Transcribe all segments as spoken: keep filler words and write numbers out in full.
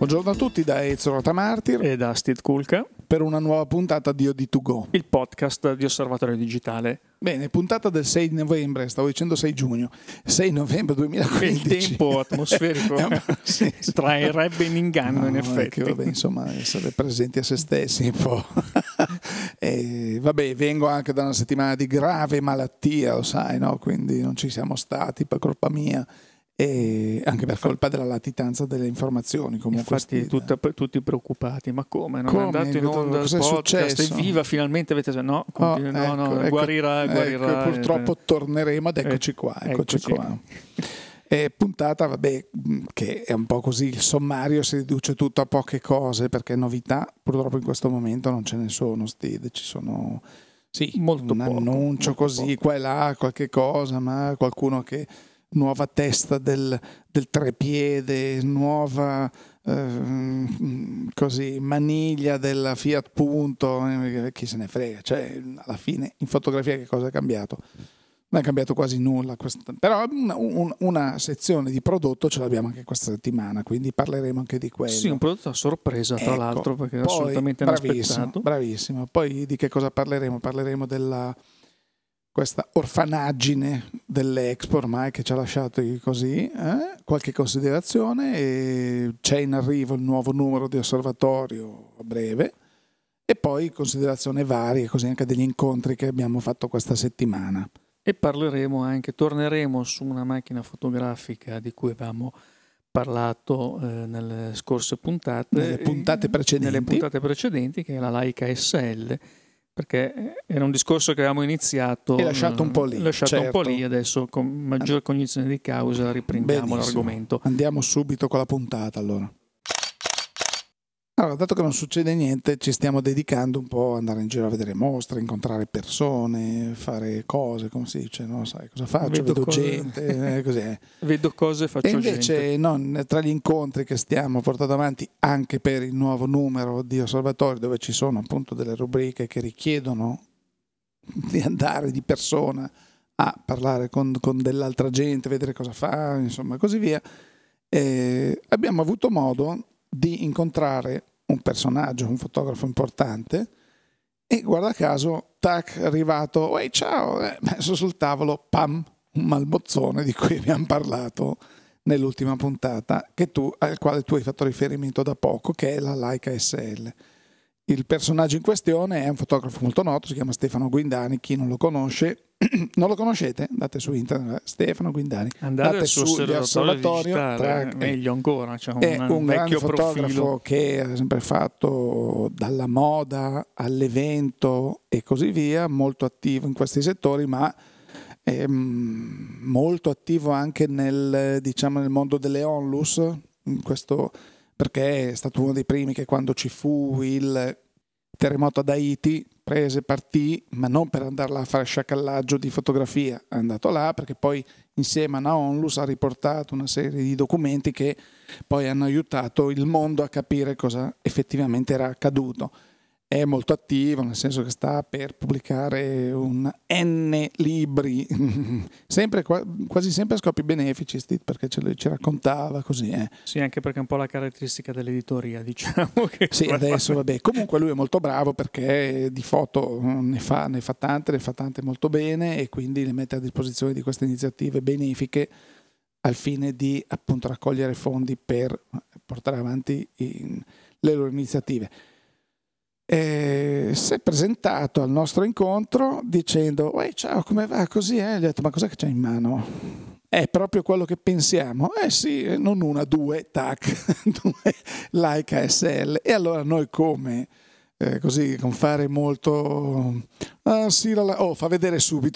Buongiorno a tutti da Ezio Rotamartir e da Steve Kulka per una nuova puntata di O D due Go, il podcast di Osservatorio Digitale. Bene, puntata del sei novembre, stavo dicendo sei giugno, sei novembre duemilaquindici. Il tempo atmosferico sì, sì. trairebbe in inganno, no, in effetti. Che, vabbè, insomma, essere presenti a se stessi un po'. E, vabbè, vengo anche da una settimana di grave malattia, lo sai, no? Quindi non ci siamo stati per colpa mia. E anche per colpa della latitanza delle informazioni. Comunque infatti tutta, tutti preoccupati, ma come? Non come? è andato in onda il podcast? Evviva, finalmente avete... No, oh, no, ecco, no, ecco, guarirà, ecco, guarirà. Purtroppo eh, torneremo ad eccoci eh, qua, eccoci, eccoci qua. E puntata, vabbè, che è un po' così, il sommario si riduce tutto a poche cose, perché novità purtroppo in questo momento non ce ne sono, Steve, ci sono... Sì, molto un poco, annuncio molto così, poco. qua e là, qualche cosa, ma qualcuno che... nuova testa del, del trepiede, nuova eh, così maniglia della Fiat Punto, eh, chi se ne frega, cioè alla fine in fotografia che cosa è cambiato? Non è cambiato quasi nulla, questa, però una, un, una sezione di prodotto ce l'abbiamo anche questa settimana, quindi parleremo anche di quello. Sì, un prodotto a sorpresa tra ecco, l'altro, perché è poi, assolutamente bravissimo, inaspettato. Bravissimo, poi di che cosa parleremo? Parleremo della questa orfanaggine dell'Expo ormai che ci ha lasciato così, eh? Qualche considerazione, e c'è in arrivo il nuovo numero di Osservatorio a breve e poi considerazioni varie, così anche degli incontri che abbiamo fatto questa settimana. E parleremo anche, torneremo su una macchina fotografica di cui avevamo parlato eh, nelle scorse puntate, Nelle puntate precedenti. Nelle puntate precedenti, che è la Leica S L, perché era un discorso che avevamo iniziato e lasciato un po' lì, lasciato certo. un po' lì, adesso con maggior cognizione di causa riprendiamo Benissimo. l'argomento. Andiamo subito con la puntata allora. Allora, dato che non succede niente, ci stiamo dedicando un po' ad andare in giro a vedere mostre, incontrare persone, fare cose, come si dice, no? Sai cosa faccio? Vedo, Vedo cose... gente, eh, così. Vedo cose, faccio gente. E invece, gente. No, tra gli incontri che stiamo portando avanti anche per il nuovo numero di Osservatorio, dove ci sono appunto delle rubriche che richiedono di andare di persona a parlare con, con dell'altra gente, vedere cosa fa, insomma, così via, eh, abbiamo avuto modo di incontrare un personaggio, un fotografo importante, e guarda caso, tac, è arrivato, ehi ciao, eh, messo sul tavolo, pam, un malbozzone di cui abbiamo parlato nell'ultima puntata, che tu, al quale tu hai fatto riferimento da poco, che è la Leica S L. Il personaggio in questione è un fotografo molto noto, si chiama Stefano Guindani. Chi non lo conosce, non lo conoscete? Andate su internet, Stefano Guindani. Andate, Andate su Osservatorio, tra, meglio ancora. C'è un, è un, un grande fotografo profilo. Che ha sempre fatto dalla moda all'evento e così via, molto attivo in questi settori, ma è molto attivo anche nel, diciamo, nel mondo delle onlus, in questo, perché è stato uno dei primi che quando ci fu il terremoto ad Haiti prese, partì, ma non per andare là a fare sciacallaggio di fotografia, è andato là perché poi insieme a una onlus ha riportato una serie di documenti che poi hanno aiutato il mondo a capire cosa effettivamente era accaduto. È molto attivo, nel senso che sta per pubblicare un N libri, sempre, quasi sempre a scopi benefici, perché ce lo, ci raccontava così. Eh. Sì, anche perché è un po' la caratteristica dell'editoria, diciamo. Che sì, adesso vabbè. Comunque lui è molto bravo perché di foto ne fa, ne fa tante, ne fa tante molto bene, e quindi le mette a disposizione di queste iniziative benefiche al fine di appunto raccogliere fondi per portare avanti in, le loro iniziative. Eh, si è presentato al nostro incontro dicendo: "Uè, ciao, come va?" Così, eh? Gli ho detto: "Ma cos'è che c'hai in mano?" È proprio quello che pensiamo. Eh sì, non una, due, tac, due Leica S L. E allora noi come, eh, così, con fare molto... Ah sì, la, la... oh, fa vedere subito.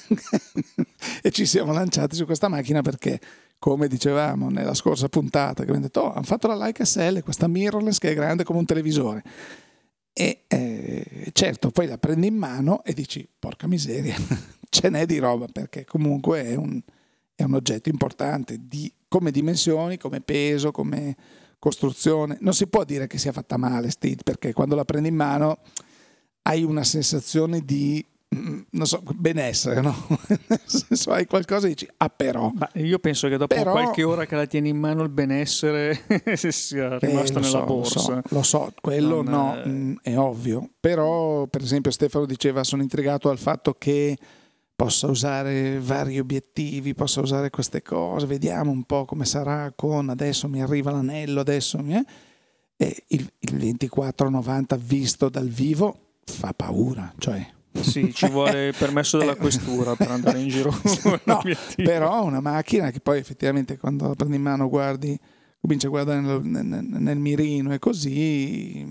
E ci siamo lanciati su questa macchina perché, come dicevamo nella scorsa puntata, che abbiamo detto: "Oh, hanno fatto la Leica S L, questa mirrorless che è grande come un televisore." E eh, certo, poi la prendi in mano e dici: porca miseria, ce n'è di roba, perché comunque è un, è un oggetto importante di, come dimensioni, come peso, come costruzione. Non si può dire che sia fatta male, Steve, perché quando la prendi in mano hai una sensazione di non so, benessere, no? Nel senso, hai qualcosa e dici, ah però. Ma io penso che dopo però, qualche ora che la tieni in mano il benessere sia rimasto eh, nella so, borsa. Lo so, lo so quello non, no, eh... mh, è ovvio. Però, per esempio, Stefano diceva, sono intrigato al fatto che possa usare vari obiettivi, possa usare queste cose, vediamo un po' come sarà con adesso mi arriva l'anello, adesso mi è... E il, il ventiquattro novanta visto dal vivo fa paura, cioè... Sì, ci vuole il permesso della questura per andare in giro. No, però una macchina che poi effettivamente quando la prendi in mano guardi, cominci a guardare nel, nel, nel mirino e così,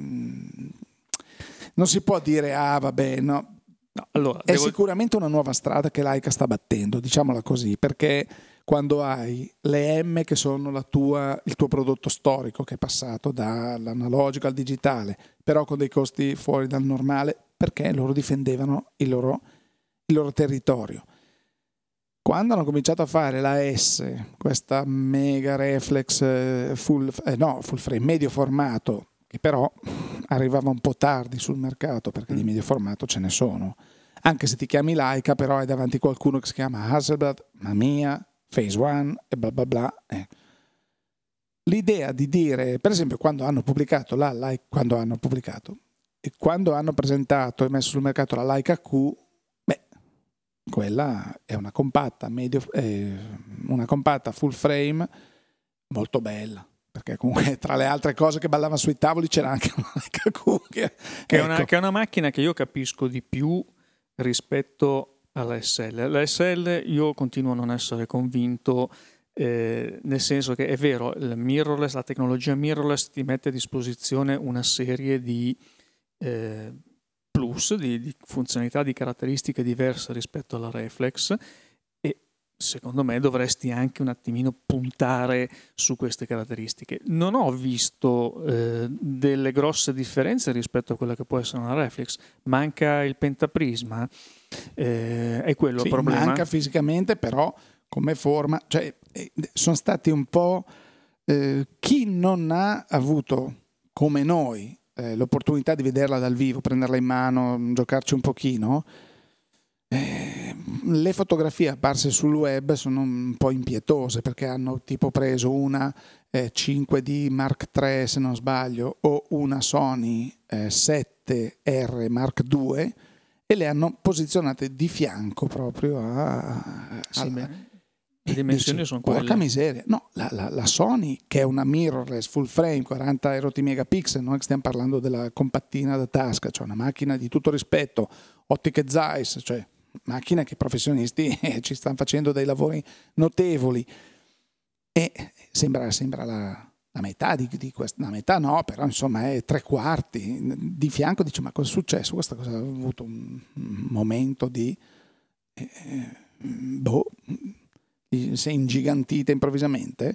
non si può dire ah vabbè no. No, allora, è devo... sicuramente una nuova strada che Leica sta battendo, diciamola così, perché quando hai le M che sono la tua, il tuo prodotto storico che è passato dall'analogico al digitale, però con dei costi fuori dal normale, perché loro difendevano il loro, il loro territorio. Quando hanno cominciato a fare la S, questa mega reflex full, eh no, full frame, medio formato, che però arrivava un po' tardi sul mercato, perché di medio formato ce ne sono. Anche se ti chiami Leica, però hai davanti qualcuno che si chiama Hasselblad, Mamiya, Phase One e bla bla bla. Eh. L'idea di dire, per esempio, quando hanno pubblicato la Leica, quando hanno pubblicato e quando hanno presentato e messo sul mercato la Leica Q, beh, quella è una compatta medio, eh, una compatta full frame molto bella. Perché comunque tra le altre cose che ballavano sui tavoli c'era anche una Leica Q che, che, ecco. è una, che è una macchina che io capisco di più rispetto alla S L. La S L io continuo a non essere convinto, eh, nel senso che è vero, il mirrorless, la tecnologia mirrorless ti mette a disposizione una serie di eh, plus, di, di funzionalità, di caratteristiche diverse rispetto alla reflex, e secondo me dovresti anche un attimino puntare su queste caratteristiche. Non ho visto eh, delle grosse differenze rispetto a quella che può essere una reflex. Manca il pentaprisma, eh, è quello sì, il problema. Manca fisicamente, però come forma, cioè eh, sono stati un po' eh, chi non ha avuto come noi eh, l'opportunità di vederla dal vivo, prenderla in mano, giocarci un pochino. Eh, le fotografie apparse sul web sono un po' impietose perché hanno tipo preso una eh, cinque D Mark tre se non sbaglio o una Sony eh, sette R Mark due e le hanno posizionate di fianco proprio a... Sì, alla, beh, le dimensioni dici, sono porca quelle. miseria, no, la, la, la Sony che è una mirrorless full frame quaranta erotti megapixel, non è che stiamo parlando della compattina da tasca, cioè una macchina di tutto rispetto, ottiche Zeiss, cioè macchine che i professionisti ci stanno facendo dei lavori notevoli e sembra, sembra la, la metà di, di questa, la metà no, però insomma è tre quarti di fianco, dice ma cosa è successo? Questa cosa ha avuto un, un momento di eh, boh, si è ingigantita improvvisamente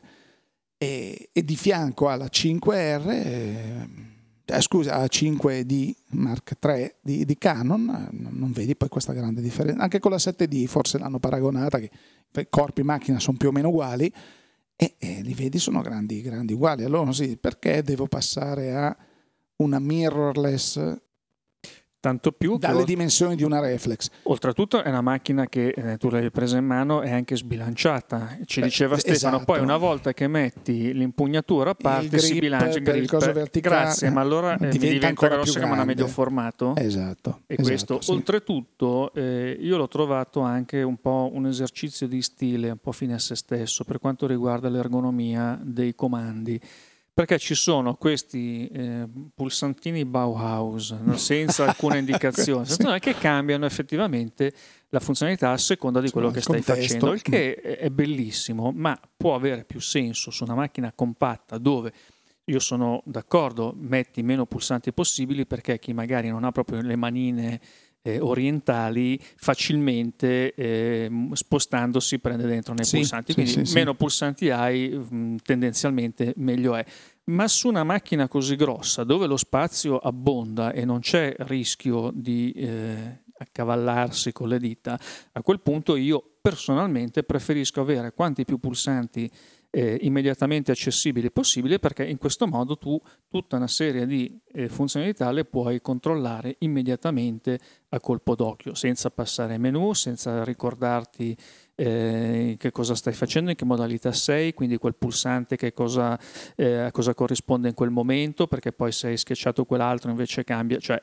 e, e di fianco alla cinque R eh, Eh, scusa, a cinque D Mark tre di, di Canon non vedi poi questa grande differenza. Anche con la sette D forse l'hanno paragonata, che i corpi macchina sono più o meno uguali e, e li vedi sono grandi, grandi uguali. Allora sì, perché devo passare a una mirrorless Tanto più dalle che dimensioni di una reflex? Oltretutto è una macchina che eh, tu l'hai presa in mano, è anche sbilanciata. Ci Beh, diceva Stefano, esatto. Poi una volta che metti l'impugnatura a parte grip, si bilancia il per il grip. coso verticale, Grazie, ma allora eh, mi diventa diventa ancora grossa più come una grande. medio formato. Esatto. E esatto, questo, sì. oltretutto, eh, io l'ho trovato anche un po' un esercizio di stile, un po' fine a se stesso, per quanto riguarda l'ergonomia dei comandi. Perché ci sono questi eh, pulsantini Bauhaus senza alcuna indicazione, sì. che cambiano effettivamente la funzionalità a seconda di quello che stai contesto. facendo, il che è bellissimo, ma può avere più senso su una macchina compatta dove io sono d'accordo, metti meno pulsanti possibili perché chi magari non ha proprio le manine eh, orientali facilmente eh, spostandosi prende dentro nei sì, pulsanti, sì, quindi sì, meno sì. pulsanti hai mh, tendenzialmente meglio è. Ma su una macchina così grossa dove lo spazio abbonda e non c'è rischio di eh, accavallarsi con le dita, a quel punto io personalmente preferisco avere quanti più pulsanti eh, immediatamente accessibili possibile, perché in questo modo tu tutta una serie di eh, funzionalità le puoi controllare immediatamente a colpo d'occhio, senza passare menu, senza ricordarti eh, che cosa stai facendo, in che modalità sei, quindi quel pulsante che cosa, eh, a cosa corrisponde in quel momento, perché poi se hai schiacciato quell'altro invece cambia, cioè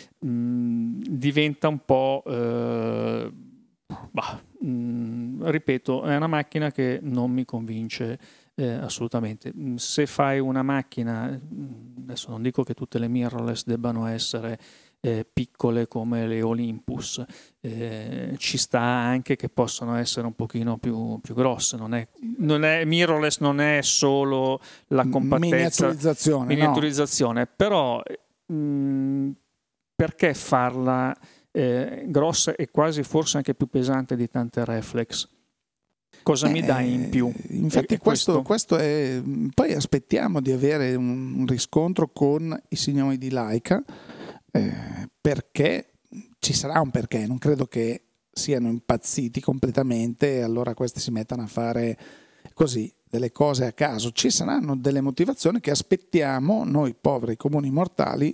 mh, diventa un po'... Eh, bah, mh, ripeto, è una macchina che non mi convince eh, assolutamente. Se fai una macchina, adesso non dico che tutte le mirrorless debbano essere eh, piccole come le Olympus, eh, ci sta anche che possono essere un pochino più, più grosse, non è, non è, mirrorless non è solo la compattezza, miniaturizzazione, miniaturizzazione, no. Però mh, perché farla eh, grossa e quasi forse anche più pesante di tante reflex? Cosa eh, mi dai in più? Infatti questo, questo è... Poi aspettiamo di avere un, un riscontro con i signori di Leica, eh, perché ci sarà un perché, non credo che siano impazziti completamente e allora questi si mettano a fare così delle cose a caso. Ci saranno delle motivazioni che aspettiamo noi poveri comuni mortali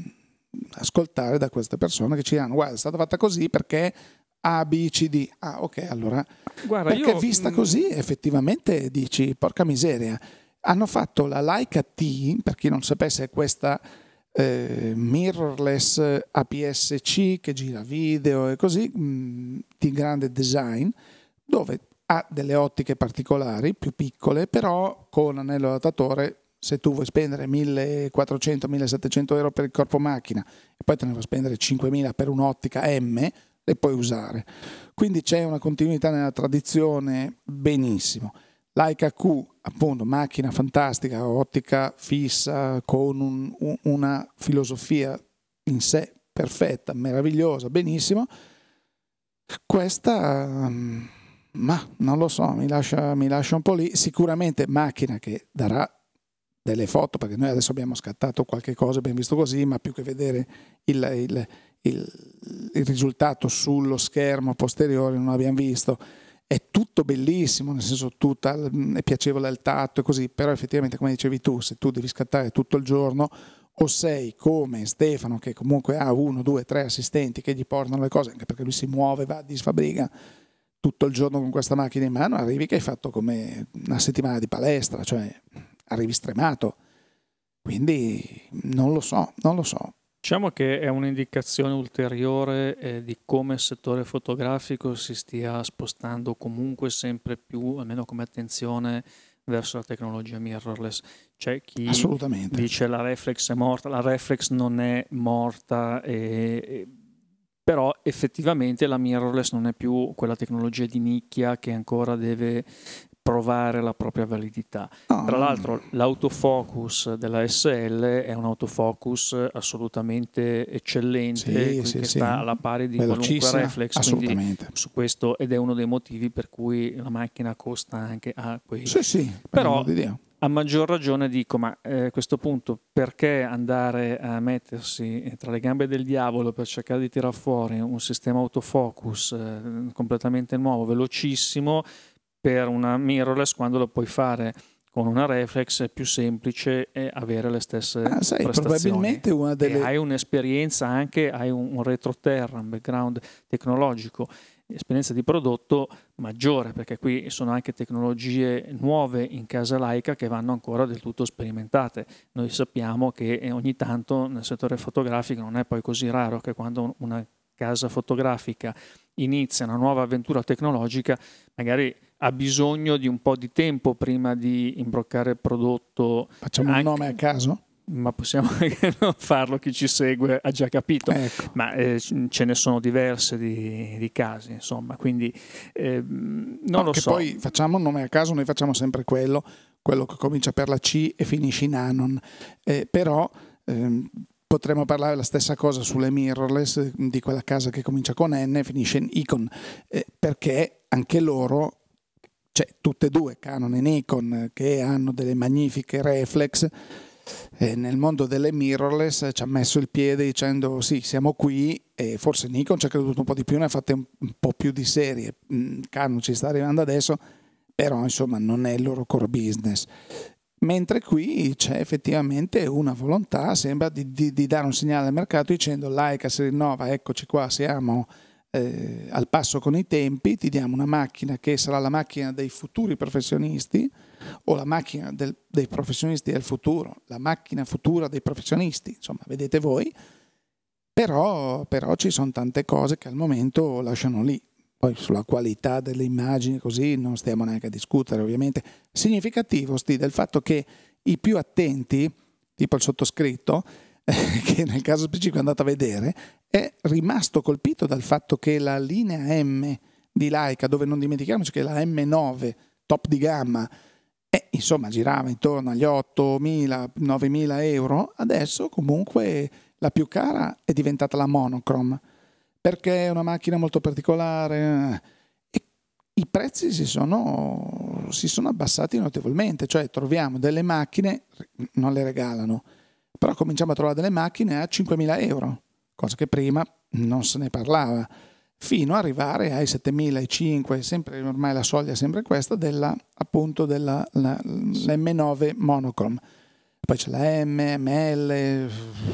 ascoltare da queste persone che ci diranno: guarda, è stata fatta così perché A, B, C, D. Ah, ok, allora guarda, perché io... vista così effettivamente dici porca miseria. Hanno fatto la Leica T, per chi non sapesse, è questa eh, mirrorless A P S C che gira video e così, mh, di grande design, dove ha delle ottiche particolari, più piccole, però con anello adattatore. Se tu vuoi spendere millequattrocento millesettecento euro per il corpo macchina e poi te ne vuoi spendere cinquemila per un'ottica M, le puoi usare. Quindi c'è una continuità nella tradizione, benissimo. Leica Q, appunto, macchina fantastica, ottica fissa, con un, un, una filosofia in sé perfetta, meravigliosa, benissimo. Questa, ma non lo so, mi lascia, mi lascia un po' lì. Sicuramente macchina che darà delle foto, perché noi adesso abbiamo scattato qualche cosa, abbiamo visto così, ma più che vedere il, il, il, il risultato sullo schermo posteriore non abbiamo visto. È tutto bellissimo, nel senso tutta, è piacevole al tatto e così, però effettivamente come dicevi tu, se tu devi scattare tutto il giorno o sei come Stefano che comunque ha uno, due, tre assistenti che gli portano le cose, anche perché lui si muove, va di sfabrica tutto il giorno con questa macchina in mano, arrivi che hai fatto come una settimana di palestra, cioè arrivi stremato, quindi non lo so, non lo so. Diciamo che è un'indicazione ulteriore eh, di come il settore fotografico si stia spostando comunque sempre più, almeno come attenzione, verso la tecnologia mirrorless. C'è chi dice la reflex è morta, la reflex non è morta, e, e, però effettivamente la mirrorless non è più quella tecnologia di nicchia che ancora deve provare la propria validità. No, Tra l'altro l'autofocus della S L è un autofocus assolutamente eccellente, sì, sì, che sì. sta alla pari di qualunque reflex, assolutamente. Quindi su questo, ed è uno dei motivi per cui la macchina costa anche a quei. Sì, sì, però di Dio. A maggior ragione dico, ma eh, a questo punto perché andare a mettersi tra le gambe del diavolo per cercare di tirar fuori un sistema autofocus eh, completamente nuovo, velocissimo, per una mirrorless, quando lo puoi fare con una reflex è più semplice e avere le stesse ah, sai, prestazioni. Probabilmente una delle... E hai un'esperienza anche, hai un, un retroterra, un background tecnologico, esperienza di prodotto maggiore, perché qui sono anche tecnologie nuove in casa Leica che vanno ancora del tutto sperimentate. Noi sappiamo che ogni tanto nel settore fotografico non è poi così raro che quando una casa fotografica inizia una nuova avventura tecnologica magari ha bisogno di un po' di tempo prima di imbroccare il prodotto. Facciamo anche... un nome a caso? Ma possiamo anche non farlo, chi ci segue ha già capito, ecco. ma eh, ce ne sono diverse di, di casi, insomma, quindi eh, non no, lo che so. Poi facciamo un nome a caso, noi facciamo sempre quello, quello che comincia per la C e finisce in Anon, eh, però ehm, potremmo parlare la stessa cosa sulle mirrorless di quella casa che comincia con N e finisce in Icon, eh, perché anche loro, cioè tutte e due, Canon e Nikon, che hanno delle magnifiche reflex, eh, nel mondo delle mirrorless ci ha messo il piede dicendo sì, siamo qui, e forse Nikon ci ha creduto un po' di più, ne ha fatte un, un po' più di serie, Canon ci sta arrivando adesso, però insomma non è il loro core business. Mentre qui c'è effettivamente una volontà, sembra, di, di, di dare un segnale al mercato dicendo Leica si rinnova, eccoci qua, siamo eh, al passo con i tempi, ti diamo una macchina che sarà la macchina dei futuri professionisti o la macchina del, dei professionisti del futuro, la macchina futura dei professionisti, insomma vedete voi, però, però ci sono tante cose che al momento lasciano lì. Poi sulla qualità delle immagini così non stiamo neanche a discutere ovviamente. Significativo sti del fatto che i più attenti, tipo il sottoscritto, eh, che nel caso specifico è andato a vedere, è rimasto colpito dal fatto che la linea M di Leica, dove non dimentichiamoci che la M nove top di gamma, eh, insomma girava intorno agli ottomila novemila euro, adesso comunque la più cara è diventata la monochrome, perché è una macchina molto particolare e i prezzi si sono, si sono abbassati notevolmente, cioè troviamo delle macchine, non le regalano, però cominciamo a trovare delle macchine a cinquemila euro, cosa che prima non se ne parlava, fino ad arrivare ai settemilacinquecento, sempre ormai la soglia è sempre questa, della, appunto della la, l'M nove monochrome. Poi c'è la M, M L,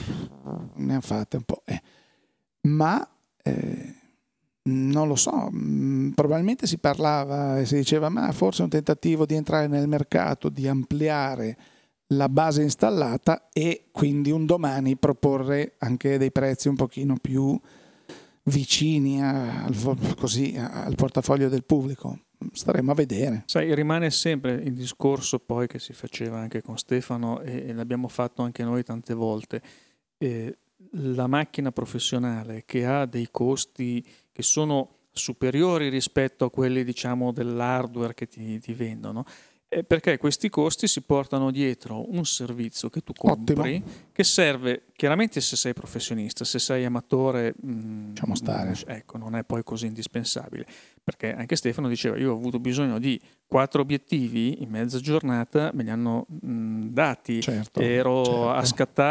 ne hanno fatte un po', eh. ma Eh, non lo so, mh, probabilmente si parlava e si diceva ma forse è un tentativo di entrare nel mercato, di ampliare la base installata e quindi un domani proporre anche dei prezzi un pochino più vicini a, al, così, al portafoglio del pubblico. Staremo a vedere. Sai, rimane sempre il discorso poi che si faceva anche con Stefano e, e l'abbiamo fatto anche noi tante volte. Eh, la macchina professionale che ha dei costi che sono superiori rispetto a quelli, diciamo, dell'hardware che ti, ti vendono, eh, perché questi costi si portano dietro un servizio che tu compri. Ottimo. Che serve chiaramente se sei professionista, se sei amatore, mh, lasciamo stare, ecco, non è poi così indispensabile, perché anche Stefano diceva io ho avuto bisogno di quattro obiettivi in mezza giornata, me li hanno mh, dati, certo, ero certo. a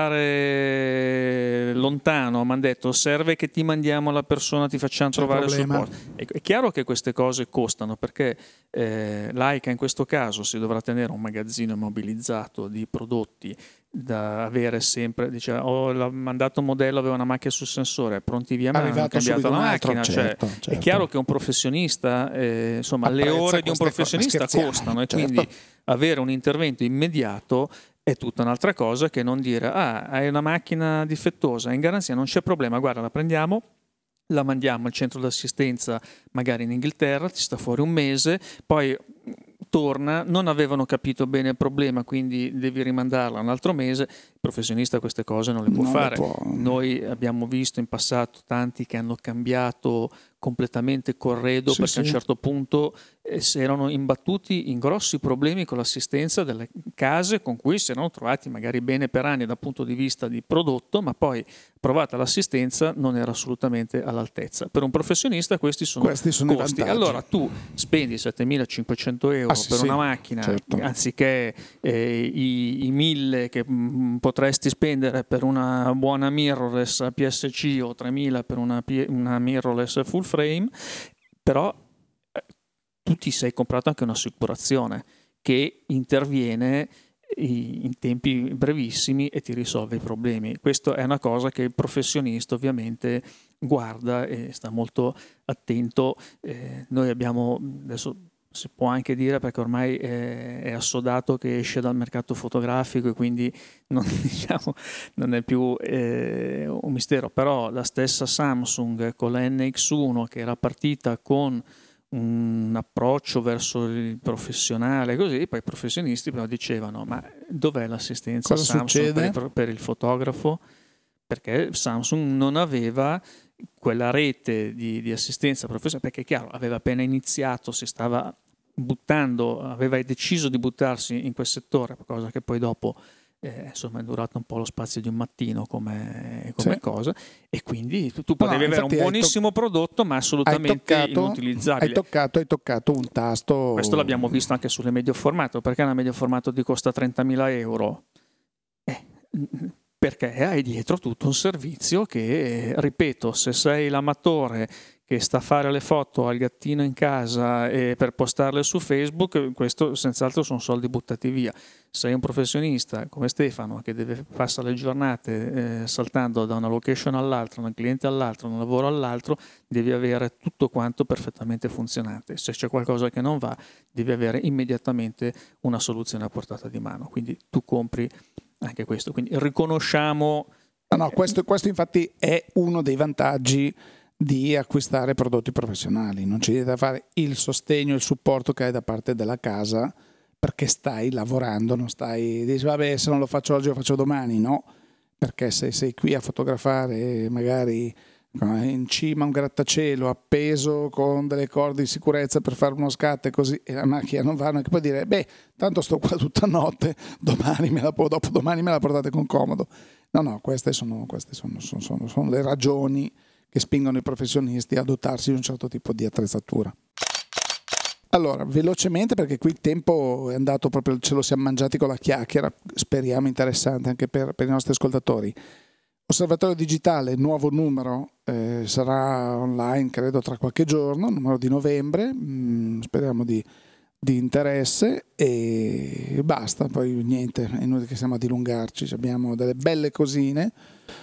scattare lontano, mi hanno detto serve che ti mandiamo la persona, ti facciamo C'è trovare il problema. supporto. Ecco, è chiaro che queste cose costano, perché eh, Leica in questo caso si dovrà tenere un magazzino immobilizzato di prodotti da avere sempre, dice ho mandato un modello, aveva una macchina sul sensore, pronti via, ma hanno cambiato la macchina, altro, certo, cioè, certo. È chiaro che un professionista, eh, insomma, Apprezza le ore di un professionista costano, e certo. Quindi avere un intervento immediato è tutta un'altra cosa che non dire ah, hai una macchina difettosa, è in garanzia, non c'è problema, guarda, la prendiamo, la mandiamo al centro d'assistenza magari in Inghilterra, ti sta fuori un mese, poi torna, non avevano capito bene il problema, quindi devi rimandarla un altro mese. Il professionista queste cose non le può non fare. Le può. Noi abbiamo visto in passato tanti che hanno cambiato completamente corredo, sì, perché sì. A un certo punto eh, si erano imbattuti in grossi problemi con l'assistenza delle case con cui si erano trovati magari bene per anni dal punto di vista di prodotto, ma poi provata l'assistenza non era assolutamente all'altezza. Per un professionista questi sono, questi sono costi. Allora tu spendi settemilacinquecento euro ah, sì, per sì, una macchina, certo. Anziché eh, i, i mille che mh, potresti spendere per una buona mirrorless A P S C o tremila per una, una mirrorless full frame, però eh, tu ti sei comprato anche un'assicurazione che interviene in tempi brevissimi e ti risolve i problemi. Questa è una cosa che il professionista ovviamente guarda e sta molto attento. Eh, noi abbiamo, adesso si può anche dire perché ormai è, è assodato che esce dal mercato fotografico e quindi non, diciamo, non è più eh, un mistero, però la stessa Samsung con la N X uno che era partita con un approccio verso il professionale, così poi i professionisti però dicevano ma dov'è l'assistenza Cosa Samsung per il, per il fotografo? Perché Samsung non aveva quella rete di, di assistenza professionale, perché è chiaro, aveva appena iniziato, si stava buttando, aveva deciso di buttarsi in quel settore, cosa che poi dopo eh, insomma è durato un po' lo spazio di un mattino come, come sì. cosa, e quindi tu, tu potevi no, avere un buonissimo to- prodotto ma assolutamente hai toccato, inutilizzabile. Hai toccato, hai toccato un tasto. Questo l'abbiamo visto anche sulle medio formato, perché una medio formato ti costa trentamila euro? Eh, perché hai dietro tutto un servizio che, ripeto, se sei l'amatore che sta a fare le foto al gattino in casa e per postarle su Facebook, questo senz'altro sono soldi buttati via. Sei un professionista come Stefano che deve passare le giornate eh, saltando da una location all'altra, da un cliente all'altro, da un lavoro all'altro, devi avere tutto quanto perfettamente funzionante. Se c'è qualcosa che non va, devi avere immediatamente una soluzione a portata di mano. Quindi tu compri anche questo. Quindi riconosciamo... No, no, questo, questo infatti è uno dei vantaggi di acquistare prodotti professionali. Non c'è da fare il sostegno, il supporto che hai da parte della casa, perché stai lavorando, non stai, dici vabbè se non lo faccio oggi lo faccio domani, no, perché se sei qui a fotografare magari in cima a un grattacielo appeso con delle corde di sicurezza per fare uno scatto e così, e la macchina non va, non è che puoi dire beh tanto sto qua tutta notte, domani me la dopo domani me la portate con comodo. No, no, queste sono, queste sono, sono, sono, sono le ragioni che spingono i professionisti a dotarsi di un certo tipo di attrezzatura. Allora, velocemente, perché qui il tempo è andato proprio, ce lo siamo mangiati con la chiacchiera, speriamo interessante anche per, per i nostri ascoltatori. Osservatorio Digitale, nuovo numero, eh, sarà online credo tra qualche giorno, numero di novembre, mh, speriamo di, di interesse e basta, poi niente, è inutile che stiamo a dilungarci, abbiamo delle belle cosine.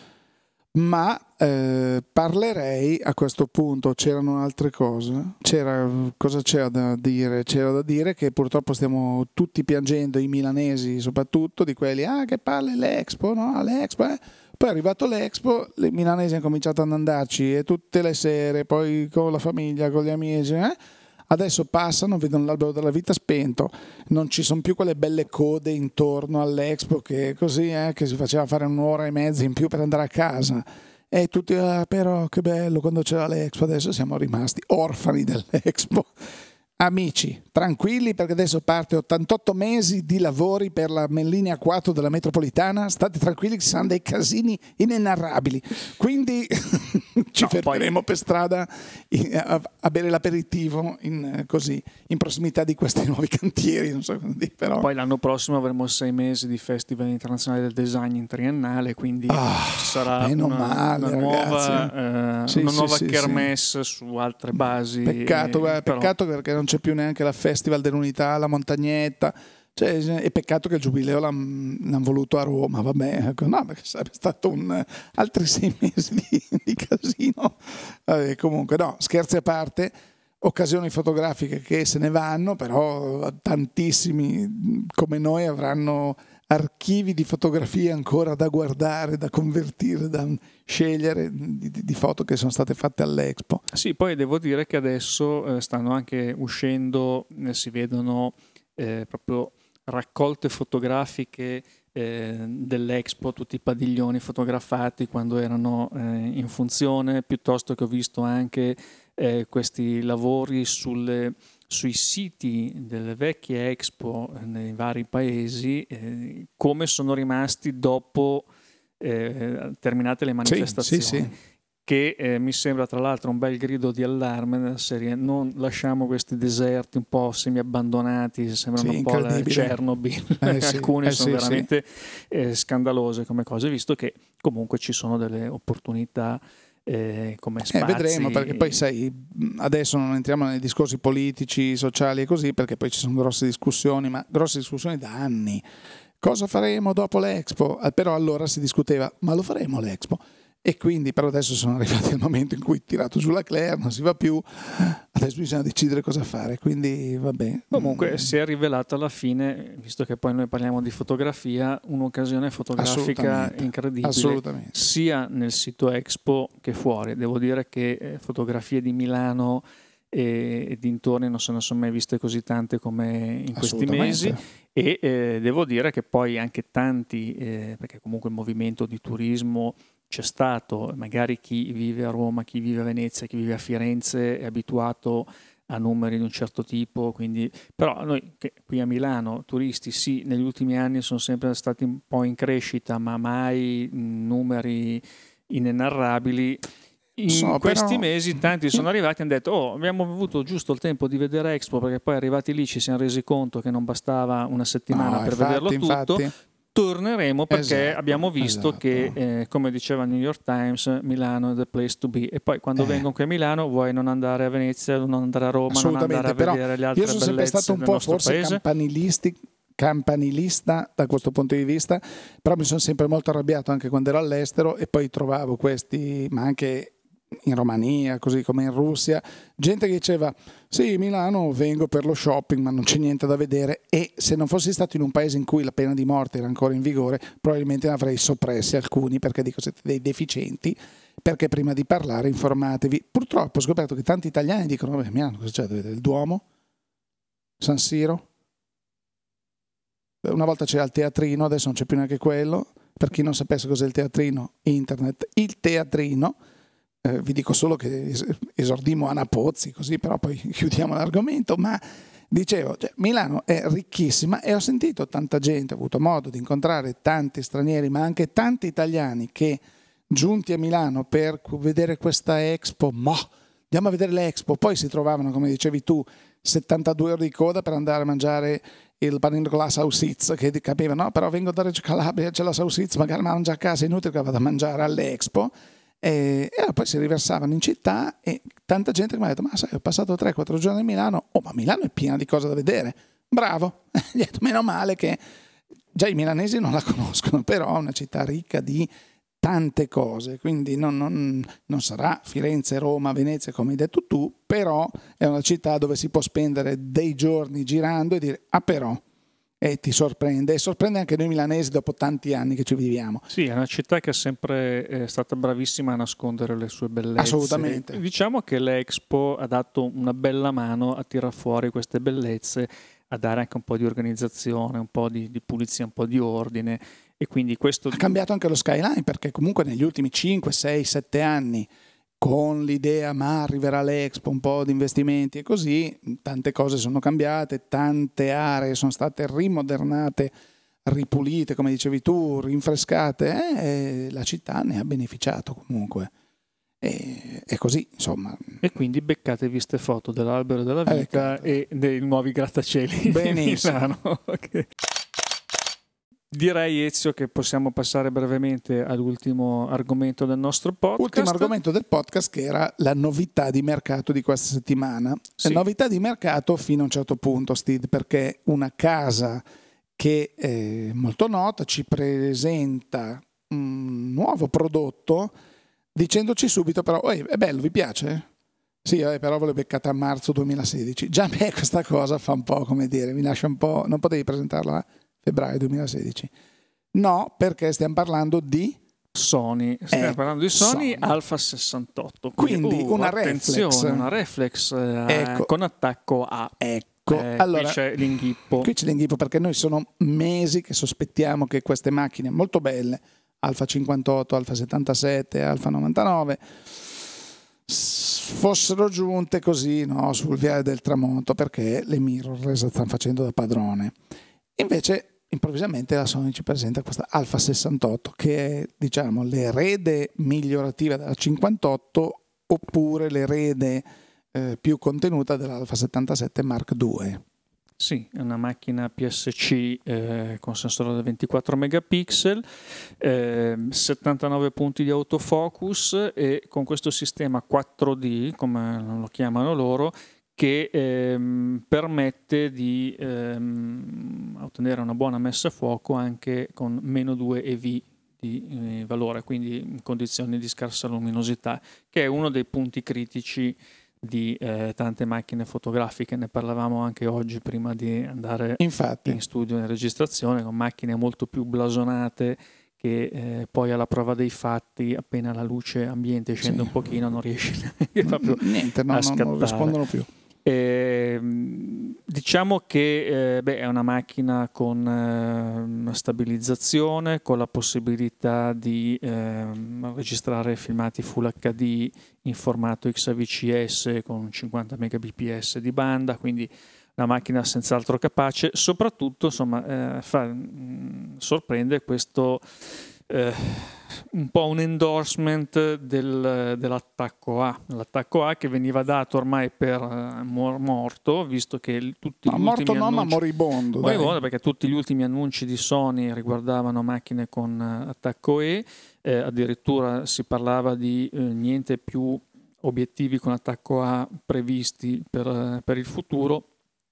Ma eh, parlerei a questo punto, c'erano altre cose, c'era, cosa c'era da dire? C'era da dire che purtroppo stiamo tutti piangendo, i milanesi soprattutto, di quelli, ah che palle l'Expo, no? L'Expo, eh? Poi è arrivato l'Expo, i milanesi hanno cominciato ad andarci e tutte le sere, poi con la famiglia, con gli amici, eh? Adesso passano, vedono l'albero della vita spento, non ci sono più quelle belle code intorno all'Expo che così eh, che si faceva fare un'ora e mezza in più per andare a casa e tutti ah, però che bello quando c'era l'Expo. Adesso siamo rimasti orfani dell'Expo. Amici, tranquilli perché adesso parte ottantotto mesi di lavori per la linea quattro della metropolitana, state tranquilli che ci saranno dei casini inenarrabili, quindi ci no, fermeremo poi... per strada a, a bere l'aperitivo in, così, in prossimità di questi nuovi cantieri, non so come dire, però... Poi l'anno prossimo avremo sei mesi di Festival Internazionale del Design in triennale, quindi ah, ci sarà meno una, male, una nuova, eh, sì, una sì, nuova sì, kermesse sì. su altre basi. Peccato, guarda, però... peccato perché non c'è più neanche la Festival dell'Unità, la montagnetta, cioè, è peccato che il giubileo l'hanno l'han voluto a Roma, vabbè, no, perché sarebbe stato un, altri sei mesi di, di casino. Vabbè, comunque no, scherzi a parte, occasioni fotografiche che se ne vanno, però tantissimi come noi avranno archivi di fotografie ancora da guardare, da convertire, da scegliere di, di foto che sono state fatte all'Expo. Sì, poi devo dire che adesso eh, stanno anche uscendo, eh, si vedono eh, proprio raccolte fotografiche eh, dell'Expo, tutti i padiglioni fotografati quando erano eh, in funzione, piuttosto che ho visto anche eh, questi lavori sulle sui siti delle vecchie Expo nei vari paesi, eh, come sono rimasti dopo eh, terminate le manifestazioni, sì, sì, sì. che eh, mi sembra tra l'altro un bel grido di allarme nella serie non lasciamo questi deserti un po' semi abbandonati, sembrano sì, un po' la Chernobyl, eh, sì, alcuni eh, sono sì, veramente sì. eh, scandalose come cose, visto che comunque ci sono delle opportunità Eh, come spazi. Eh, vedremo, perché poi sai, adesso non entriamo nei discorsi politici, sociali e così, perché poi ci sono grosse discussioni, ma grosse discussioni da anni. Cosa faremo dopo l'Expo? Eh, però allora si discuteva, ma lo faremo l'Expo? E quindi però adesso sono arrivati al momento in cui tirato sulla Claire, non si va più, adesso bisogna decidere cosa fare, quindi vabbè. Comunque mm. si è rivelata alla fine, visto che poi noi parliamo di fotografia, un'occasione fotografica incredibile, assolutamente. Sia nel sito Expo che fuori. Devo dire che eh, fotografie di Milano e, e dintorni non se ne sono mai viste così tante come in questi mesi, e eh, devo dire che poi anche tanti, eh, perché comunque il movimento di turismo c'è stato, magari chi vive a Roma, chi vive a Venezia, chi vive a Firenze è abituato a numeri di un certo tipo, quindi però noi che qui a Milano turisti sì, negli ultimi anni sono sempre stati un po' in crescita, ma mai numeri inenarrabili. In so, questi però... mesi tanti sono arrivati e hanno detto oh, abbiamo avuto giusto il tempo di vedere Expo, perché poi arrivati lì ci siamo resi conto che non bastava una settimana no, per infatti, vederlo tutto. Infatti. torneremo perché esatto, abbiamo visto esatto. che, eh, come diceva il New York Times, Milano è the place to be, e poi quando Eh. vengono qui a Milano vuoi non andare a Venezia, non andare a Roma, non andare a vedere le altre io sono sempre bellezze stato un del po' nostro forse paese? campanilisti, campanilista da questo punto di vista, però mi sono sempre molto arrabbiato anche quando ero all'estero e poi trovavo questi, ma anche in Romania, così come in Russia, gente che diceva sì, Milano vengo per lo shopping ma non c'è niente da vedere, e se non fossi stato in un paese in cui la pena di morte era ancora in vigore probabilmente ne avrei soppressi alcuni, perché dico siete dei deficienti, perché prima di parlare informatevi. Purtroppo ho scoperto che tanti italiani dicono vabbè, Milano cosa c'è da vedere? Il Duomo? San Siro? Una volta c'era il teatrino, adesso non c'è più neanche quello. Per chi non sapesse cos'è il teatrino, internet, il teatrino. Eh, vi dico solo che esordimmo Ana Pozzi, così però poi chiudiamo l'argomento, ma dicevo, cioè, Milano è ricchissima e ho sentito tanta gente, ho avuto modo di incontrare tanti stranieri, ma anche tanti italiani che giunti a Milano per vedere questa Expo, ma andiamo a vedere l'Expo, poi si trovavano, come dicevi tu, settantadue ore di coda per andare a mangiare il panino con la salsiccia, che capivano, no, però vengo da Reggio Calabria, c'è la salsiccia, magari mangia a casa, è inutile che vado a mangiare all'Expo. E, e poi si riversavano in città e tanta gente che mi ha detto ma sai, ho passato tre quattro giorni a Milano, oh ma Milano è piena di cose da vedere, bravo. Gli ho detto meno male che già i milanesi non la conoscono, però è una città ricca di tante cose, quindi non, non, non sarà Firenze, Roma, Venezia come hai detto tu, però è una città dove si può spendere dei giorni girando e dire ah però, e ti sorprende, e sorprende anche noi milanesi dopo tanti anni che ci viviamo. Sì, è una città che è sempre è stata bravissima a nascondere le sue bellezze. Assolutamente. Diciamo che l'Expo ha dato una bella mano a tirar fuori queste bellezze, a dare anche un po' di organizzazione, un po' di, di pulizia, un po' di ordine, e quindi questo... Ha cambiato anche lo skyline, perché comunque negli ultimi cinque, sei, sette anni, con l'idea ma arriverà l'Expo, un po' di investimenti e così, tante cose sono cambiate, tante aree sono state rimodernate, ripulite, come dicevi tu, rinfrescate, e la città ne ha beneficiato comunque. E, e così, insomma. E quindi beccatevi ste foto dell'albero della vita eh, e dei nuovi grattacieli. Benissimo. Okay. Direi, Ezio, che possiamo passare brevemente all'ultimo argomento del nostro podcast. Ultimo argomento del podcast, che era la novità di mercato di questa settimana. Sì. La novità di mercato fino a un certo punto, Steve, perché una casa che è molto nota ci presenta un nuovo prodotto dicendoci subito però oh, è bello, vi piace? Sì, eh, però ve l'ho beccata a marzo duemilasedici. Già a me questa cosa fa un po', come dire, mi lascia un po'... Non potevi presentarla a febbraio duemilasedici? No, perché stiamo parlando di... Sony, stiamo eh, parlando di Sony, Sony Alpha sessantotto. Quindi, quindi uh, una attenzione, reflex. Una reflex eh, ecco. con attacco A. Ecco, eh, allora, qui c'è l'inghippo. Qui c'è l'inghippo perché noi sono mesi che sospettiamo che queste macchine molto belle, Alfa cinquantotto, Alfa settantasette, Alfa novantanove, fossero giunte così, no, sul viale del tramonto, perché le mirrorless stanno facendo da padrone. Invece improvvisamente la Sony ci presenta questa Alfa sessantotto che è, diciamo, l'erede migliorativa della cinquantotto oppure l'erede eh, più contenuta dell'Alfa settantasette Mark due. Sì, è una macchina P S C eh, con sensore da ventiquattro megapixel, eh, settantanove punti di autofocus e con questo sistema quattro D, come lo chiamano loro, che ehm, permette di ehm, ottenere una buona messa a fuoco anche con meno due E V di eh, valore, quindi in condizioni di scarsa luminosità, che è uno dei punti critici di eh, tante macchine fotografiche. Ne parlavamo anche oggi prima di andare Infatti. in studio in registrazione, con macchine molto più blasonate che eh, poi alla prova dei fatti, appena la luce ambiente scende sì. un pochino, non riesce neanche proprio Niente, no, a no, scattare. non rispondono più. Eh, diciamo che eh, beh, è una macchina con eh, una stabilizzazione, con la possibilità di eh, registrare filmati Full H D in formato X A V C S con cinquanta megabps di banda, quindi una macchina senz'altro capace. Soprattutto, insomma, eh, fa, mh, sorprende questo eh, un po' un endorsement del, dell'attacco A, l'attacco A che veniva dato ormai per uh, morto, visto che tutti no, gli morto ultimi no, annunci, ma moribondo, moribondo perché tutti gli ultimi annunci di Sony riguardavano macchine con uh, attacco E, eh, addirittura si parlava di uh, niente più obiettivi con attacco A previsti per, uh, per il futuro.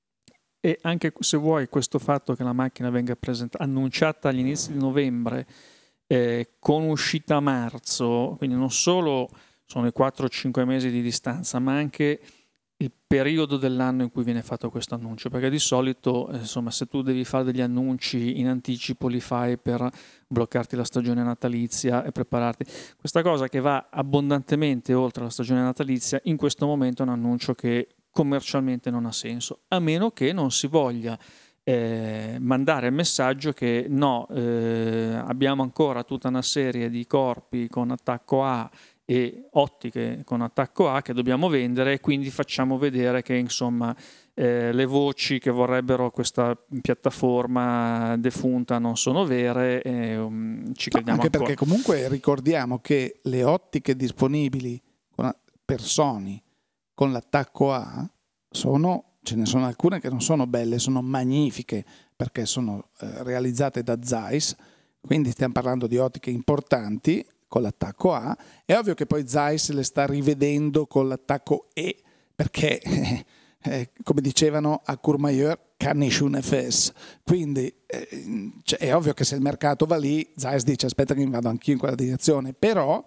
E anche se vuoi questo fatto che la macchina venga presentata, annunciata agli inizi di novembre, eh, con uscita a marzo, quindi non solo sono i quattro cinque mesi di distanza, ma anche il periodo dell'anno in cui viene fatto questo annuncio, perché di solito eh, insomma, se tu devi fare degli annunci in anticipo li fai per bloccarti la stagione natalizia e prepararti. Questa cosa che va abbondantemente oltre la stagione natalizia, in questo momento è un annuncio che commercialmente non ha senso, a meno che non si voglia eh, mandare il messaggio che no, eh, abbiamo ancora tutta una serie di corpi con attacco A e ottiche con attacco A che dobbiamo vendere, e quindi facciamo vedere che insomma eh, le voci che vorrebbero questa piattaforma defunta non sono vere e um, ci crediamo no, anche ancora. perché comunque ricordiamo che le ottiche disponibili per Sony con l'attacco A sono, ce ne sono alcune che non sono belle, sono magnifiche perché sono eh, realizzate da Zeiss, quindi stiamo parlando di ottiche importanti con l'attacco A. È ovvio che poi Zeiss le sta rivedendo con l'attacco E perché eh, eh, come dicevano a Courmayeur, kann ich un F S, quindi eh, cioè, è ovvio che se il mercato va lì Zeiss dice aspetta che mi vado anch'io in quella direzione, però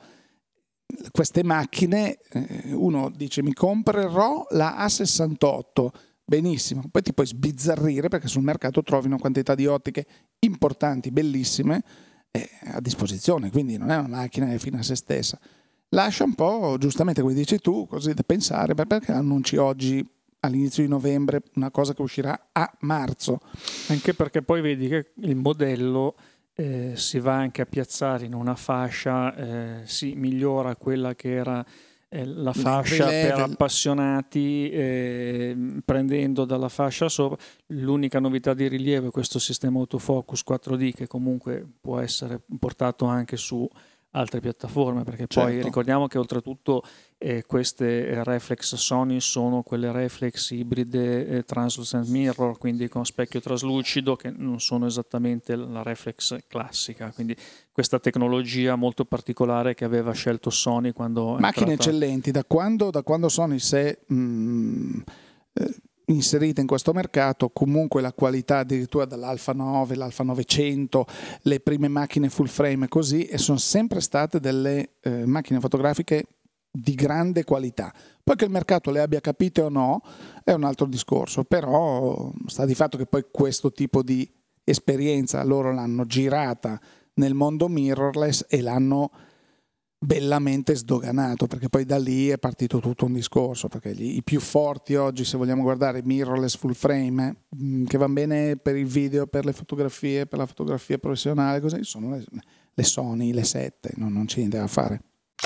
queste macchine eh, uno dice mi comprerò la A sessantotto, benissimo, poi ti puoi sbizzarrire perché sul mercato trovi una quantità di ottiche importanti, bellissime eh, a disposizione, quindi non è una macchina fine a se stessa. Lascia un po', giustamente come dici tu, così da pensare, perché annunci oggi all'inizio di novembre una cosa che uscirà a marzo? Anche perché poi vedi che il modello Eh, si va anche a piazzare in una fascia, eh, si migliora quella che era eh, la fascia per appassionati, eh, prendendo dalla fascia sopra. L'unica novità di rilievo è questo sistema autofocus quattro D che comunque può essere portato anche su altre piattaforme, perché poi certo. ricordiamo che oltretutto eh, queste reflex Sony sono quelle reflex ibride eh, translucent mirror, quindi con specchio traslucido, che non sono esattamente la reflex classica, quindi questa tecnologia molto particolare che aveva scelto Sony quando è macchine entrata... eccellenti da quando, da quando Sony si è mh, eh, inserita in questo mercato. Comunque la qualità addirittura dall'Alfa nove, l'Alfa novecento, le prime macchine full frame così, e sono sempre state delle eh, macchine fotografiche di grande qualità. Poi che il mercato le abbia capite o no è un altro discorso, però sta di fatto che poi questo tipo di esperienza loro l'hanno girata nel mondo mirrorless e l'hanno bellamente sdoganato, perché poi da lì è partito tutto un discorso, perché gli, i più forti oggi, se vogliamo guardare mirrorless full frame eh, che vanno bene per il video, per le fotografie, per la fotografia professionale, così sono le, le Sony, le sette, non, non c'è niente da fare.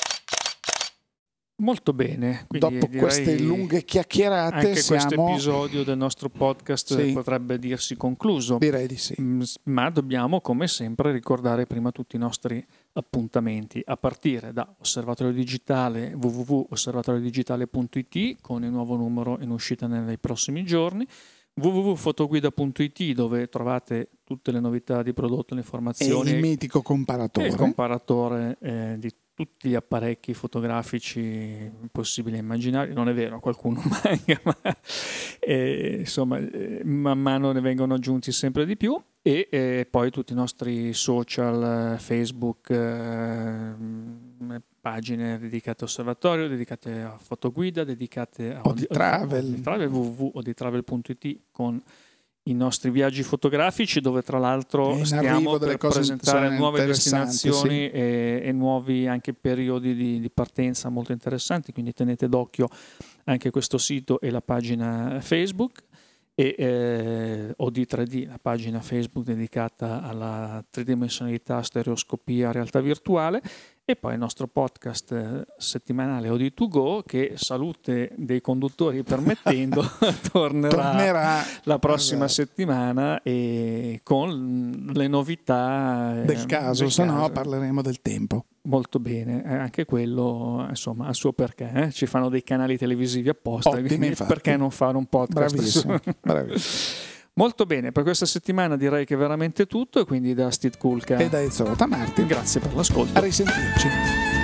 Molto bene. Dopo queste lunghe chiacchierate anche siamo... questo episodio del nostro podcast sì, potrebbe dirsi concluso. Direi di sì. Ma dobbiamo come sempre ricordare prima tutti i nostri appuntamenti, a partire da Osservatorio Digitale, w w w punto osservatorio digitale punto i t, con il nuovo numero in uscita nei prossimi giorni, w w w punto fotoguida punto i t, dove trovate tutte le novità di prodotto, le informazioni e il mitico comparatore, e il comparatore eh, di tutti gli apparecchi fotografici possibili e immaginari. Non è vero, qualcuno manca, ma eh, insomma eh, man mano ne vengono aggiunti sempre di più. E eh, poi tutti i nostri social, Facebook, eh, pagine dedicate a osservatorio, dedicate a fotoguida, dedicate a Oditravel, Oditravel, w w w punto oditravel punto i t, con i nostri viaggi fotografici, dove tra l'altro stiamo per presentare nuove destinazioni sì. e, e nuovi anche periodi di, di partenza molto interessanti, quindi tenete d'occhio anche questo sito e la pagina Facebook. e eh, O D tre D, la pagina Facebook dedicata alla tridimensionalità, stereoscopia, realtà virtuale, e poi il nostro podcast eh, settimanale O D to Go, che, salute dei conduttori permettendo, tornerà, Tornerà la prossima esatto. settimana e con le novità eh, del caso, del se no caso. parleremo del tempo. Molto bene, eh, anche quello insomma ha il suo perché, eh? Ci fanno dei canali televisivi apposta, Ottimi, quindi infatti. perché non fare un podcast? Bravissimo, bravissimo. Molto bene, per questa settimana direi che è veramente tutto, e quindi da Steve Kulka E da Ezio Rotamartin, grazie per l'ascolto. a risentirci.